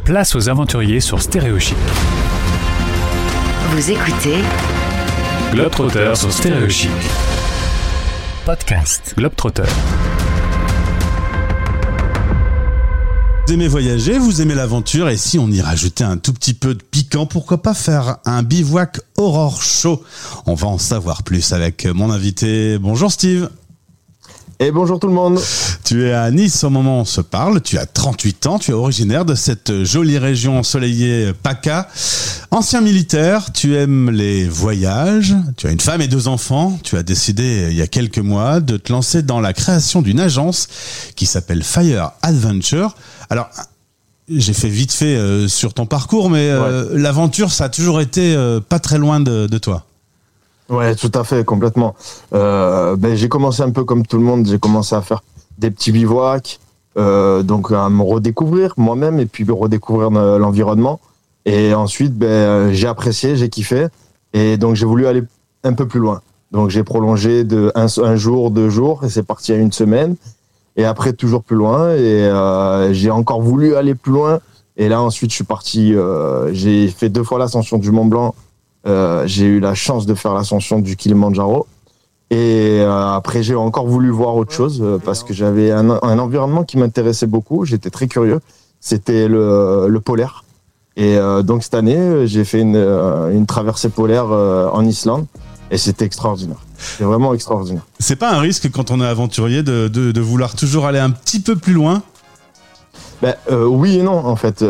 Place aux aventuriers sur Stéréo Chic. Vous écoutez Globetrotter sur Stéréo Chic. Podcast Globetrotter. Vous aimez voyager, vous aimez l'aventure, et si on y rajoutait un tout petit peu de piquant, pourquoi pas faire un bivouac Aurore Chaud? On va en savoir plus avec mon invité. Bonjour Steve. Et bonjour tout le monde. Tu es à Nice au moment où on se parle, tu as 38 ans, tu es originaire de cette jolie région ensoleillée PACA. Ancien militaire, tu aimes les voyages, tu as une femme et 2 enfants, tu as décidé il y a quelques mois de te lancer dans la création d'une agence qui s'appelle Fire Adventure. Alors, j'ai fait vite fait sur ton parcours, mais l'aventure, ça a toujours été pas très loin de toi. Ouais, tout à fait, complètement. J'ai commencé un peu comme tout le monde, j'ai commencé à faire des petits bivouacs, donc à me redécouvrir moi-même et puis redécouvrir l'environnement. Et ensuite, j'ai apprécié, j'ai kiffé, et donc j'ai voulu aller un peu plus loin. Donc j'ai prolongé de un jour, 2 jours, et c'est parti à 1 semaine. Et après, toujours plus loin, et j'ai encore voulu aller plus loin. Et là, ensuite, je suis parti, j'ai fait 2 fois l'ascension du Mont Blanc. J'ai eu la chance de faire l'ascension du Kilimandjaro. Et après, j'ai encore voulu voir autre chose parce que j'avais un environnement qui m'intéressait beaucoup. J'étais très curieux. C'était le polaire. Et donc, cette année, j'ai fait une traversée polaire en Islande. Et c'était extraordinaire. C'est vraiment extraordinaire. C'est pas un risque quand on est aventurier de vouloir toujours aller un petit peu plus loin? Oui et non, en fait.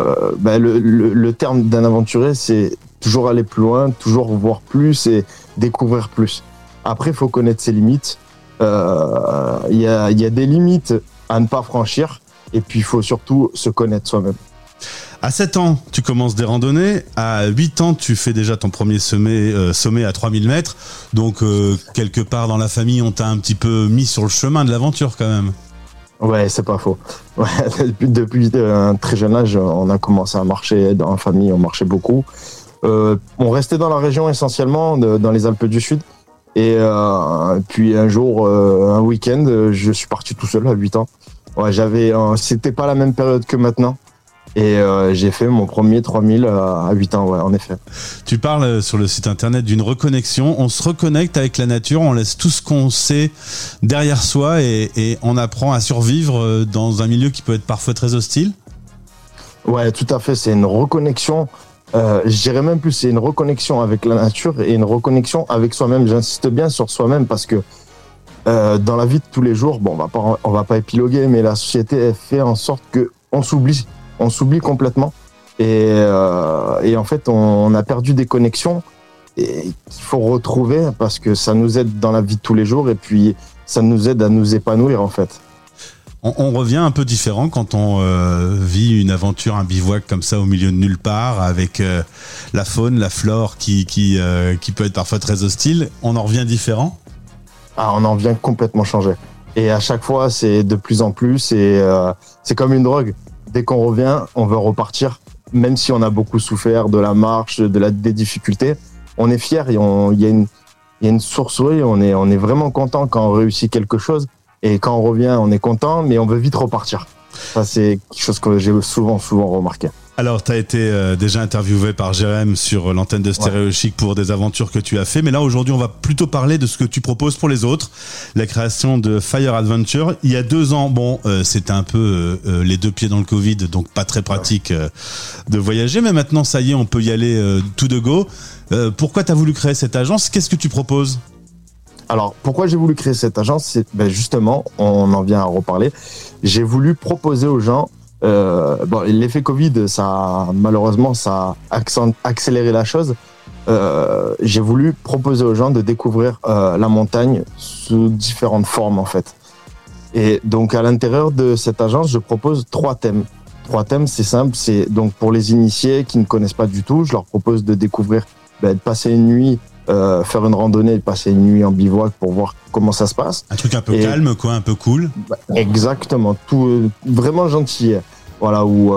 Le terme d'un aventurier, c'est toujours aller plus loin, toujours voir plus et découvrir plus. Après, il faut connaître ses limites. Il y a des limites à ne pas franchir. Et puis, il faut surtout se connaître soi-même. À 7 ans, tu commences des randonnées. À 8 ans, tu fais déjà ton premier sommet à 3000 mètres. Donc, quelque part dans la famille, on t'a un petit peu mis sur le chemin de l'aventure quand même. Ouais, c'est pas faux. Ouais, depuis un très jeune âge, on a commencé à marcher dans la famille, on marchait beaucoup. On restait dans la région essentiellement, dans les Alpes du Sud. Et puis un jour, un week-end, je suis parti tout seul à 8 ans. Ouais, c'était pas la même période que maintenant. Et j'ai fait mon premier 3000 à 8 ans, ouais, en effet. Tu parles sur le site internet d'une reconnexion. On se reconnecte avec la nature, on laisse tout ce qu'on sait derrière soi et on apprend à survivre dans un milieu qui peut être parfois très hostile. Ouais, tout à fait. C'est une reconnexion. Je dirais même plus, c'est une reconnexion avec la nature et une reconnexion avec soi-même. J'insiste bien sur soi-même parce que dans la vie de tous les jours, on va pas épiloguer, mais la société elle fait en sorte que on s'oublie complètement et en fait on a perdu des connexions et qu'il faut retrouver parce que ça nous aide dans la vie de tous les jours et puis ça nous aide à nous épanouir en fait. On revient un peu différent quand on vit une aventure, un bivouac comme ça au milieu de nulle part avec la faune, la flore qui peut être parfois très hostile. On en revient différent? On en revient complètement changé. Et à chaque fois, c'est de plus en plus et c'est comme une drogue. Dès qu'on revient, on veut repartir. Même si on a beaucoup souffert de la marche, des difficultés, on est fier et il y a une sourcerie. On est vraiment content quand on réussit quelque chose. Et quand on revient, on est content, mais on veut vite repartir. Ça, c'est quelque chose que j'ai souvent remarqué. Alors, tu as été déjà interviewé par Jérém sur l'antenne de Stéréo Chic pour des aventures que tu as fait. Mais là, aujourd'hui, on va plutôt parler de ce que tu proposes pour les autres. La création de Fire Adventure. Il y a 2 ans, c'était un peu les 2 pieds dans le Covid, donc pas très pratique de voyager. Mais maintenant, ça y est, on peut y aller tout de go. Pourquoi tu as voulu créer cette agence? Qu'est-ce que tu proposes? Alors, pourquoi j'ai voulu créer cette agence? C'est justement, on en vient à reparler. J'ai voulu proposer aux gens. L'effet Covid, malheureusement, ça a accéléré la chose. J'ai voulu proposer aux gens de découvrir la montagne sous différentes formes, en fait. Et donc, à l'intérieur de cette agence, je propose 3 thèmes. 3 thèmes, c'est simple. C'est donc pour les initiés qui ne connaissent pas du tout, je leur propose de découvrir, de passer une nuit. Faire une randonnée et passer une nuit en bivouac pour voir comment ça se passe. Un truc un peu calme, quoi, un peu cool. Exactement, tout vraiment gentil. Voilà, où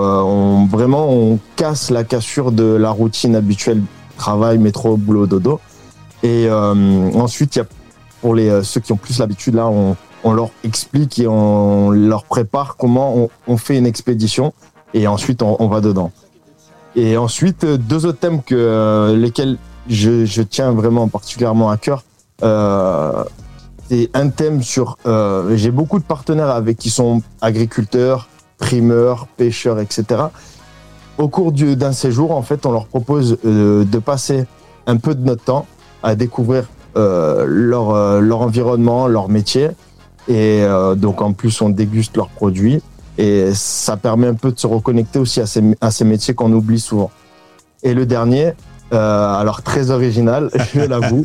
on casse la cassure de la routine habituelle, travail, métro, boulot, dodo. Et ensuite, il y a pour ceux qui ont plus l'habitude, là, on leur explique et on leur prépare comment on fait une expédition et ensuite on va dedans. Et ensuite, deux autres thèmes lesquels je tiens vraiment particulièrement à cœur. C'est un thème sur... j'ai beaucoup de partenaires qui sont agriculteurs, primeurs, pêcheurs, etc. Au cours d'un séjour, en fait, on leur propose de passer un peu de notre temps à découvrir leur environnement, leur métier. Et donc, en plus, on déguste leurs produits. Et ça permet un peu de se reconnecter aussi à ces métiers qu'on oublie souvent. Et le dernier, alors très original, je l'avoue,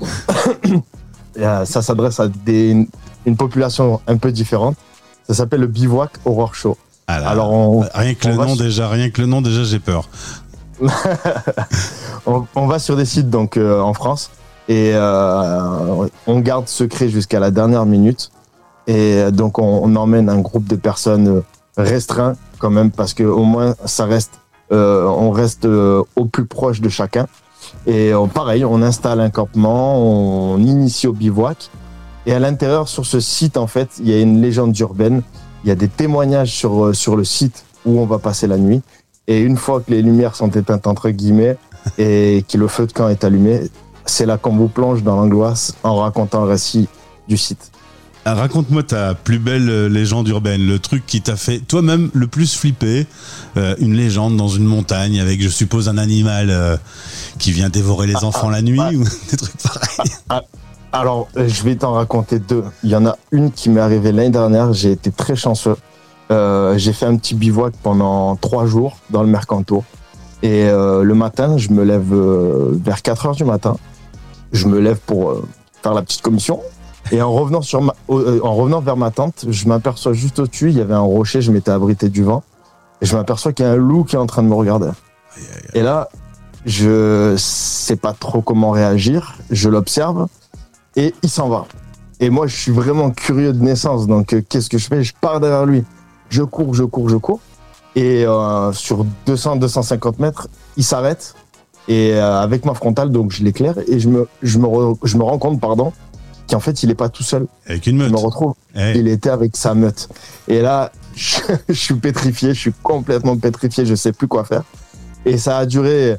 ça s'adresse à une population un peu différente. Ça s'appelle le Bivouac Horror Show. Alors, rien que le nom déjà, j'ai peur. on va sur des sites donc en France et on garde secret jusqu'à la dernière minute. Et donc, on emmène un groupe de personnes restreint quand même, parce que au moins, on reste au plus proche de chacun. Et pareil, on installe un campement, on initie au bivouac. Et à l'intérieur, sur ce site, en fait, il y a une légende urbaine. Il y a des témoignages sur le site où on va passer la nuit. Et une fois que les lumières sont éteintes, entre guillemets, et que le feu de camp est allumé, c'est là qu'on vous plonge dans l'angoisse en racontant le récit du site. Raconte-moi ta plus belle légende urbaine, le truc qui t'a fait toi-même le plus flipper, une légende dans une montagne avec, je suppose, un animal qui vient dévorer les enfants la nuit ou des trucs pareils. Alors, je vais t'en raconter deux. Il y en a une qui m'est arrivée l'année dernière, j'ai été très chanceux. J'ai fait un petit bivouac pendant 3 jours dans le Mercantour. Et le matin, je me lève vers 4h du matin. Je me lève pour faire la petite commission. Et en revenant vers ma tente, je m'aperçois juste au-dessus, il y avait un rocher, je m'étais abrité du vent. Et je m'aperçois qu'il y a un loup qui est en train de me regarder. Et là, je sais pas trop comment réagir. Je l'observe et il s'en va. Et moi, je suis vraiment curieux de naissance. Donc, qu'est-ce que je fais ? Je pars derrière lui. Je cours. Et sur 200-250 mètres, il s'arrête. Et avec ma frontale, donc je l'éclaire. Et je me rends compte, qu'en fait, il est pas tout seul. Avec une meute. Je me retrouve. Il était avec sa meute. Et là, je suis pétrifié. Je suis complètement pétrifié. Je sais plus quoi faire. Et ça a duré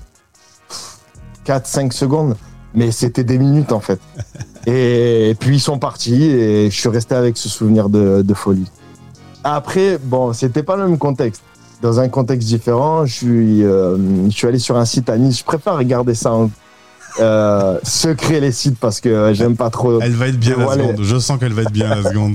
4-5 secondes. Mais c'était des minutes, en fait. Et puis, ils sont partis. Et je suis resté avec ce souvenir de folie. Après, bon, c'était pas le même contexte. Dans un contexte différent, je suis allé sur un site à Nice. Je préfère regarder ça en secret, les sites, parce que j'aime pas trop. Elle va être bien la seconde. Je sens qu'elle va être bien la seconde.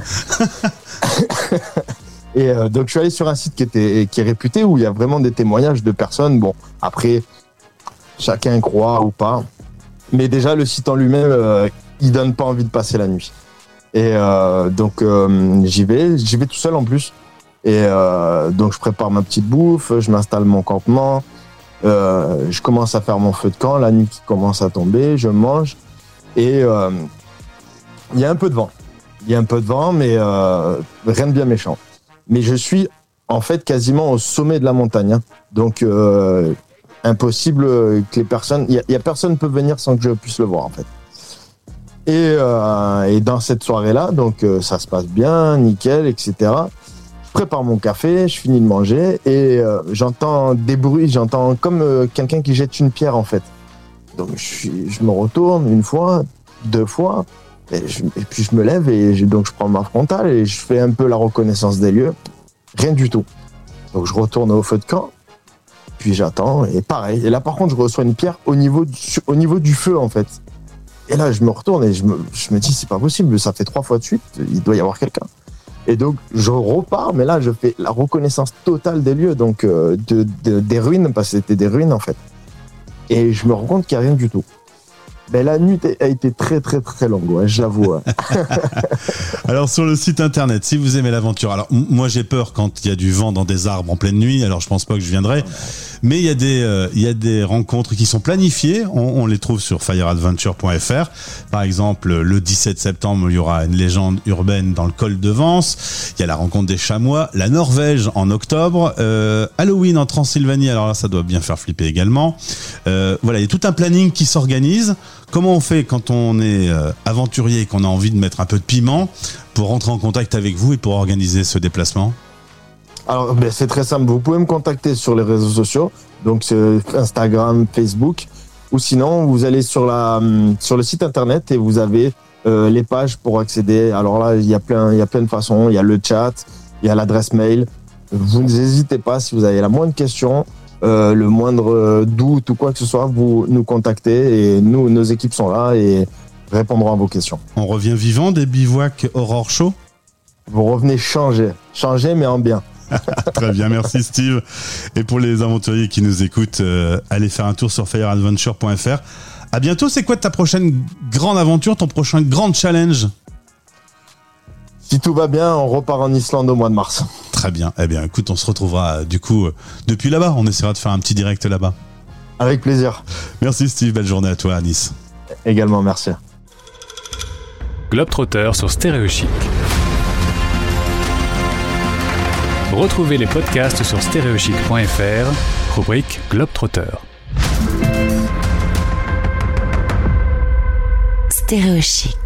Et donc, je suis allé sur un site qui est réputé, où il y a vraiment des témoignages de personnes. Bon, après, chacun croit ou pas. Mais déjà, le site en lui-même, il donne pas envie de passer la nuit. Et donc, j'y vais tout seul en plus. Et donc, je prépare ma petite bouffe, je m'installe mon campement. Je commence à faire mon feu de camp, la nuit qui commence à tomber, je mange. Et il y a un peu de vent. Mais rien de bien méchant. Mais je suis en fait quasiment au sommet de la montagne. Hein. Donc, impossible que les personnes... Il y a personne qui peut venir sans que je puisse le voir, en fait. Et dans cette soirée-là, donc ça se passe bien, nickel, etc. Je prépare mon café, je finis de manger et j'entends des bruits, j'entends comme quelqu'un qui jette une pierre, en fait. Donc je me retourne 1 fois, 2 fois, et puis je me lève et donc je prends ma frontale et je fais un peu la reconnaissance des lieux. Rien du tout. Donc je retourne au feu de camp, puis j'attends et pareil. Et là, par contre, je reçois une pierre au niveau du feu, en fait. Et là, je me retourne et je me dis, c'est pas possible, ça fait 3 fois de suite, il doit y avoir quelqu'un. Et donc, je repars, mais là, je fais la reconnaissance totale des lieux, donc des ruines, parce que c'était des ruines, en fait. Et je me rends compte qu'il n'y a rien du tout. Ben, la nuit a été très, très, très longue, ouais, j'avoue. Ouais. Alors, sur le site internet, si vous aimez l'aventure, alors moi j'ai peur quand il y a du vent dans des arbres en pleine nuit, alors je pense pas que je viendrai, mais il y a des rencontres qui sont planifiées, on les trouve sur fireadventure.fr. Par exemple, le 17 septembre, il y aura une légende urbaine dans le col de Vence, il y a la rencontre des chamois, la Norvège en octobre, Halloween en Transylvanie, alors là ça doit bien faire flipper également. Voilà, il y a tout un planning qui s'organise. Comment on fait quand on est aventurier et qu'on a envie de mettre un peu de piment pour rentrer en contact avec vous et pour organiser ce déplacement ? Alors, c'est très simple. Vous pouvez me contacter sur les réseaux sociaux, donc Instagram, Facebook, ou sinon vous allez sur le site internet et vous avez les pages pour accéder. Alors là, il y a plein de façons. Il y a le chat, il y a l'adresse mail. Vous n'hésitez pas si vous avez la moindre question, le moindre doute ou quoi que ce soit, vous nous contactez et nos équipes sont là et répondront à vos questions. On revient vivant des bivouacs Aurore Show. Vous revenez changer mais en bien. Très bien, merci Steve. Et pour les aventuriers qui nous écoutent, allez faire un tour sur fireadventure.fr. À bientôt. C'est quoi ta prochaine grande aventure, ton prochain grand challenge ? Si tout va bien, on repart en Islande au mois de mars. Très bien. Eh bien, écoute, on se retrouvera du coup depuis là-bas. On essaiera de faire un petit direct là-bas. Avec plaisir. Merci Steve. Belle journée à toi à Nice. Également, merci. Globetrotter sur Stéréo Chic. Retrouvez les podcasts sur stereochic.fr, rubrique Globetrotter. Stéréo Chic.